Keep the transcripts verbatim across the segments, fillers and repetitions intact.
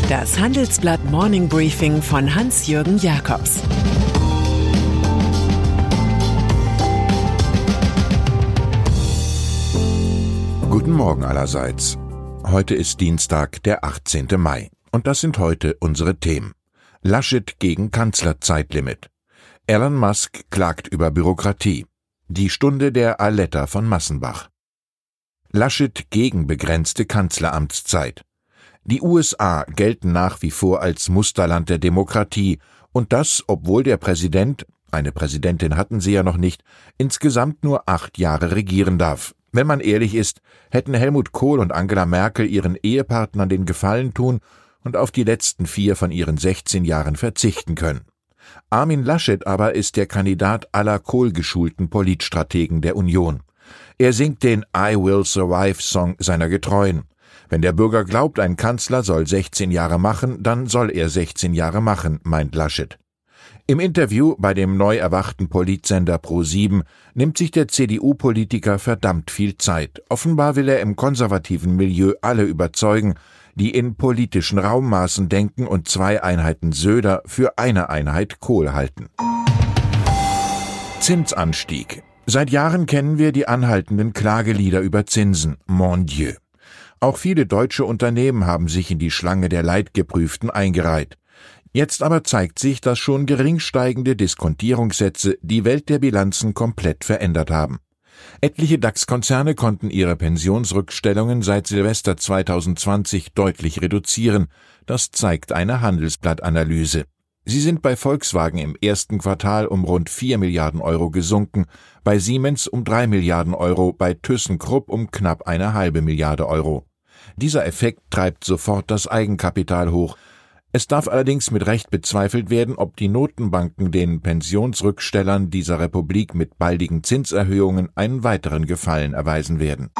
Das Handelsblatt Morning Briefing von Hans-Jürgen Jakobs. Guten Morgen allerseits. Heute ist Dienstag, der achtzehnten Mai. Und das sind heute unsere Themen. Laschet gegen Kanzlerzeitlimit. Elon Musk klagt über Bürokratie. Die Stunde der Aletta von Massenbach. Laschet gegen begrenzte Kanzleramtszeit. Die U S A gelten nach wie vor als Musterland der Demokratie, und das, obwohl der Präsident, eine Präsidentin hatten sie ja noch nicht, insgesamt nur acht Jahre regieren darf. Wenn man ehrlich ist, hätten Helmut Kohl und Angela Merkel ihren Ehepartnern den Gefallen tun und auf die letzten vier von ihren sechzehn Jahren verzichten können. Armin Laschet aber ist der Kandidat aller Kohl-geschulten Politstrategen der Union. Er singt den I Will Survive-Song seiner Getreuen. Wenn der Bürger glaubt, ein Kanzler soll sechzehn Jahre machen, dann soll er sechzehn Jahre machen, meint Laschet. Im Interview bei dem neu erwachten Politsender Pro sieben nimmt sich der C D U-Politiker verdammt viel Zeit. Offenbar will er im konservativen Milieu alle überzeugen, die in politischen Raummaßen denken und zwei Einheiten Söder für eine Einheit Kohl halten. Zinsanstieg. Seit Jahren kennen wir die anhaltenden Klagelieder über Zinsen. Mon Dieu. Auch viele deutsche Unternehmen haben sich in die Schlange der Leidgeprüften eingereiht. Jetzt aber zeigt sich, dass schon gering steigende Diskontierungssätze die Welt der Bilanzen komplett verändert haben. Etliche DAX-Konzerne konnten ihre Pensionsrückstellungen seit Silvester zweitausendzwanzig deutlich reduzieren. Das zeigt eine Handelsblatt-Analyse. Sie sind bei Volkswagen im ersten Quartal um rund vier Milliarden Euro gesunken, bei Siemens um drei Milliarden Euro, bei ThyssenKrupp um knapp eine halbe Milliarde Euro. Dieser Effekt treibt sofort das Eigenkapital hoch. Es darf allerdings mit Recht bezweifelt werden, ob die Notenbanken den Pensionsrückstellern dieser Republik mit baldigen Zinserhöhungen einen weiteren Gefallen erweisen werden.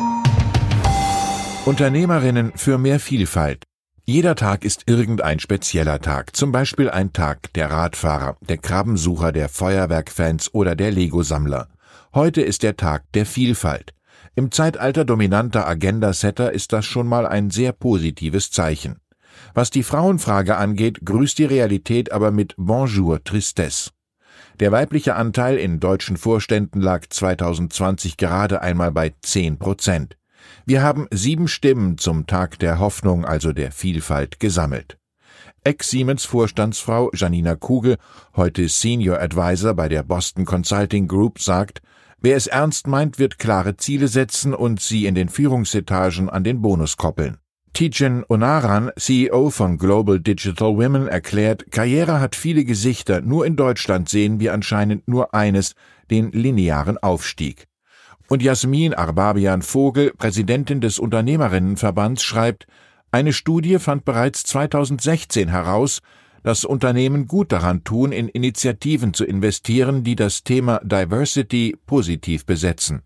Unternehmerinnen für mehr Vielfalt. Jeder Tag ist irgendein spezieller Tag, zum Beispiel ein Tag der Radfahrer, der Krabbensucher, der Feuerwerkfans oder der Lego-Sammler. Heute ist der Tag der Vielfalt. Im Zeitalter dominanter Agenda-Setter ist das schon mal ein sehr positives Zeichen. Was die Frauenfrage angeht, grüßt die Realität aber mit Bonjour Tristesse. Der weibliche Anteil in deutschen Vorständen lag zweitausendzwanzig gerade einmal bei zehn Prozent. Wir haben sieben Stimmen zum Tag der Hoffnung, also der Vielfalt, gesammelt. Ex-Siemens-Vorstandsfrau Janina Kugel, heute Senior Advisor bei der Boston Consulting Group, sagt, wer es ernst meint, wird klare Ziele setzen und sie in den Führungsetagen an den Bonus koppeln. Tijen Onaran, C E O von Global Digital Women, erklärt, Karriere hat viele Gesichter, nur in Deutschland sehen wir anscheinend nur eines, den linearen Aufstieg. Und Jasmin Arbabian-Vogel, Präsidentin des Unternehmerinnenverbands, schreibt, eine Studie fand bereits zweitausendsechzehn heraus, dass Unternehmen gut daran tun, in Initiativen zu investieren, die das Thema Diversity positiv besetzen.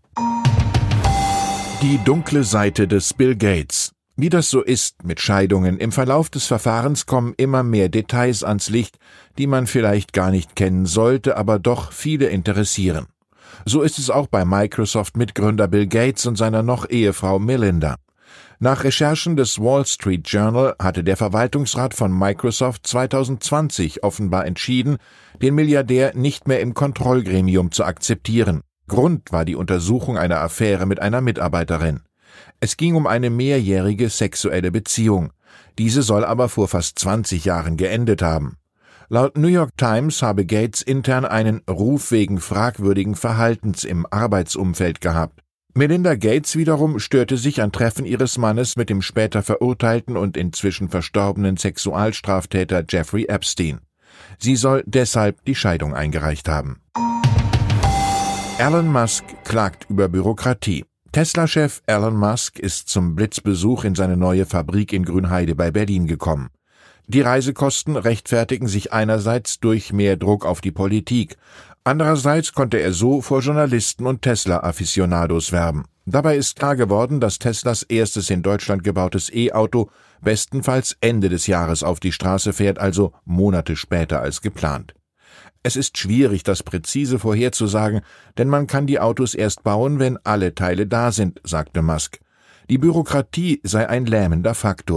Die dunkle Seite des Bill Gates. Wie das so ist mit Scheidungen, im Verlauf des Verfahrens kommen immer mehr Details ans Licht, die man vielleicht gar nicht kennen sollte, aber doch viele interessieren. So ist es auch bei Microsoft-Mitgründer Bill Gates und seiner Noch-Ehefrau Melinda. Nach Recherchen des Wall Street Journal hatte der Verwaltungsrat von Microsoft zweitausendzwanzig offenbar entschieden, den Milliardär nicht mehr im Kontrollgremium zu akzeptieren. Grund war die Untersuchung einer Affäre mit einer Mitarbeiterin. Es ging um eine mehrjährige sexuelle Beziehung. Diese soll aber vor fast zwanzig Jahren geendet haben. Laut New York Times habe Gates intern einen Ruf wegen fragwürdigen Verhaltens im Arbeitsumfeld gehabt. Melinda Gates wiederum störte sich an Treffen ihres Mannes mit dem später verurteilten und inzwischen verstorbenen Sexualstraftäter Jeffrey Epstein. Sie soll deshalb die Scheidung eingereicht haben. Elon Musk klagt über Bürokratie. Tesla-Chef Elon Musk ist zum Blitzbesuch in seine neue Fabrik in Grünheide bei Berlin gekommen. Die Reisekosten rechtfertigen sich einerseits durch mehr Druck auf die Politik, andererseits konnte er so vor Journalisten und Tesla-Afficionados werben. Dabei ist klar geworden, dass Teslas erstes in Deutschland gebautes E-Auto bestenfalls Ende des Jahres auf die Straße fährt, also Monate später als geplant. Es ist schwierig, das präzise vorherzusagen, denn man kann die Autos erst bauen, wenn alle Teile da sind, sagte Musk. Die Bürokratie sei ein lähmender Faktor.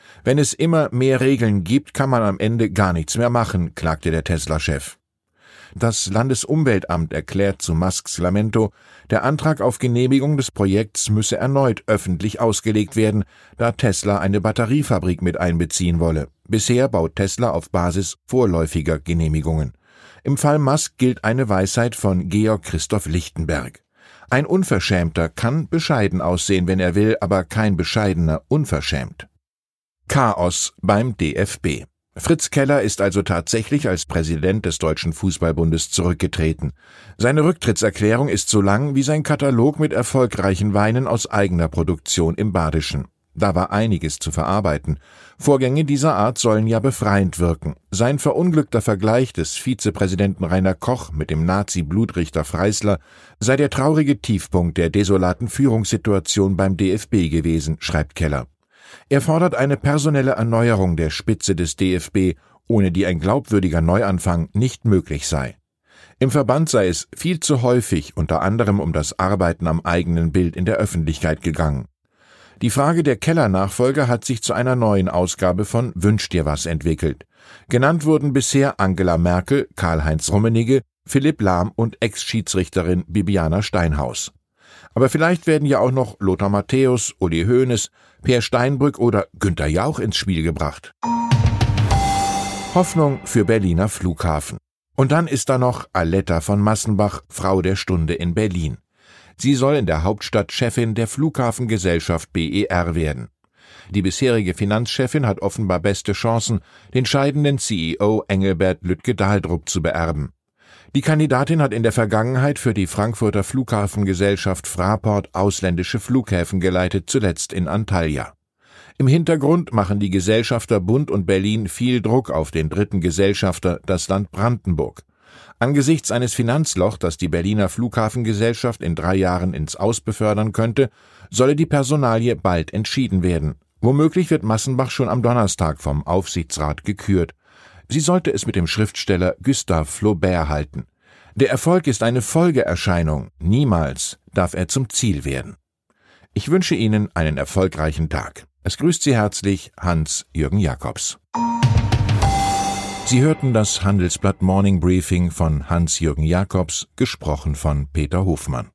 Wenn es immer mehr Regeln gibt, kann man am Ende gar nichts mehr machen, klagte der Tesla-Chef. Das Landesumweltamt erklärt zu Musks Lamento, der Antrag auf Genehmigung des Projekts müsse erneut öffentlich ausgelegt werden, da Tesla eine Batteriefabrik mit einbeziehen wolle. Bisher baut Tesla auf Basis vorläufiger Genehmigungen. Im Fall Musk gilt eine Weisheit von Georg Christoph Lichtenberg. Ein Unverschämter kann bescheiden aussehen, wenn er will, aber kein bescheidener unverschämt. Chaos beim D F B. Fritz Keller ist also tatsächlich als Präsident des Deutschen Fußballbundes zurückgetreten. Seine Rücktrittserklärung ist so lang wie sein Katalog mit erfolgreichen Weinen aus eigener Produktion im Badischen. Da war einiges zu verarbeiten. Vorgänge dieser Art sollen ja befreiend wirken. Sein verunglückter Vergleich des Vizepräsidenten Rainer Koch mit dem Nazi-Blutrichter Freisler sei der traurige Tiefpunkt der desolaten Führungssituation beim D F B gewesen, schreibt Keller. Er fordert eine personelle Erneuerung der Spitze des D F B, ohne die ein glaubwürdiger Neuanfang nicht möglich sei. Im Verband sei es viel zu häufig unter anderem um das Arbeiten am eigenen Bild in der Öffentlichkeit gegangen. Die Frage der Keller-Nachfolger hat sich zu einer neuen Ausgabe von Wünsch dir was entwickelt. Genannt wurden bisher Angela Merkel, Karl-Heinz Rummenigge, Philipp Lahm und Ex-Schiedsrichterin Bibiana Steinhaus. Aber vielleicht werden ja auch noch Lothar Matthäus, Uli Hoeneß, Peer Steinbrück oder Günther Jauch ins Spiel gebracht. Hoffnung für Berliner Flughafen. Und dann ist da noch Aletta von Massenbach, Frau der Stunde in Berlin. Sie soll in der Hauptstadt Chefin der Flughafengesellschaft B E R werden. Die bisherige Finanzchefin hat offenbar beste Chancen, den scheidenden C E O Engelbert Lütke-Dahldrup zu beerben. Die Kandidatin hat in der Vergangenheit für die Frankfurter Flughafengesellschaft Fraport ausländische Flughäfen geleitet, zuletzt in Antalya. Im Hintergrund machen die Gesellschafter Bund und Berlin viel Druck auf den dritten Gesellschafter, das Land Brandenburg. Angesichts eines Finanzlochs, das die Berliner Flughafengesellschaft in drei Jahren ins Aus befördern könnte, solle die Personalie bald entschieden werden. Womöglich wird Massenbach schon am Donnerstag vom Aufsichtsrat gekürt. Sie sollte es mit dem Schriftsteller Gustave Flaubert halten. Der Erfolg ist eine Folgeerscheinung, niemals darf er zum Ziel werden. Ich wünsche Ihnen einen erfolgreichen Tag. Es grüßt Sie herzlich Hans-Jürgen Jakobs. Sie hörten das Handelsblatt Morning Briefing von Hans-Jürgen Jakobs, gesprochen von Peter Hofmann.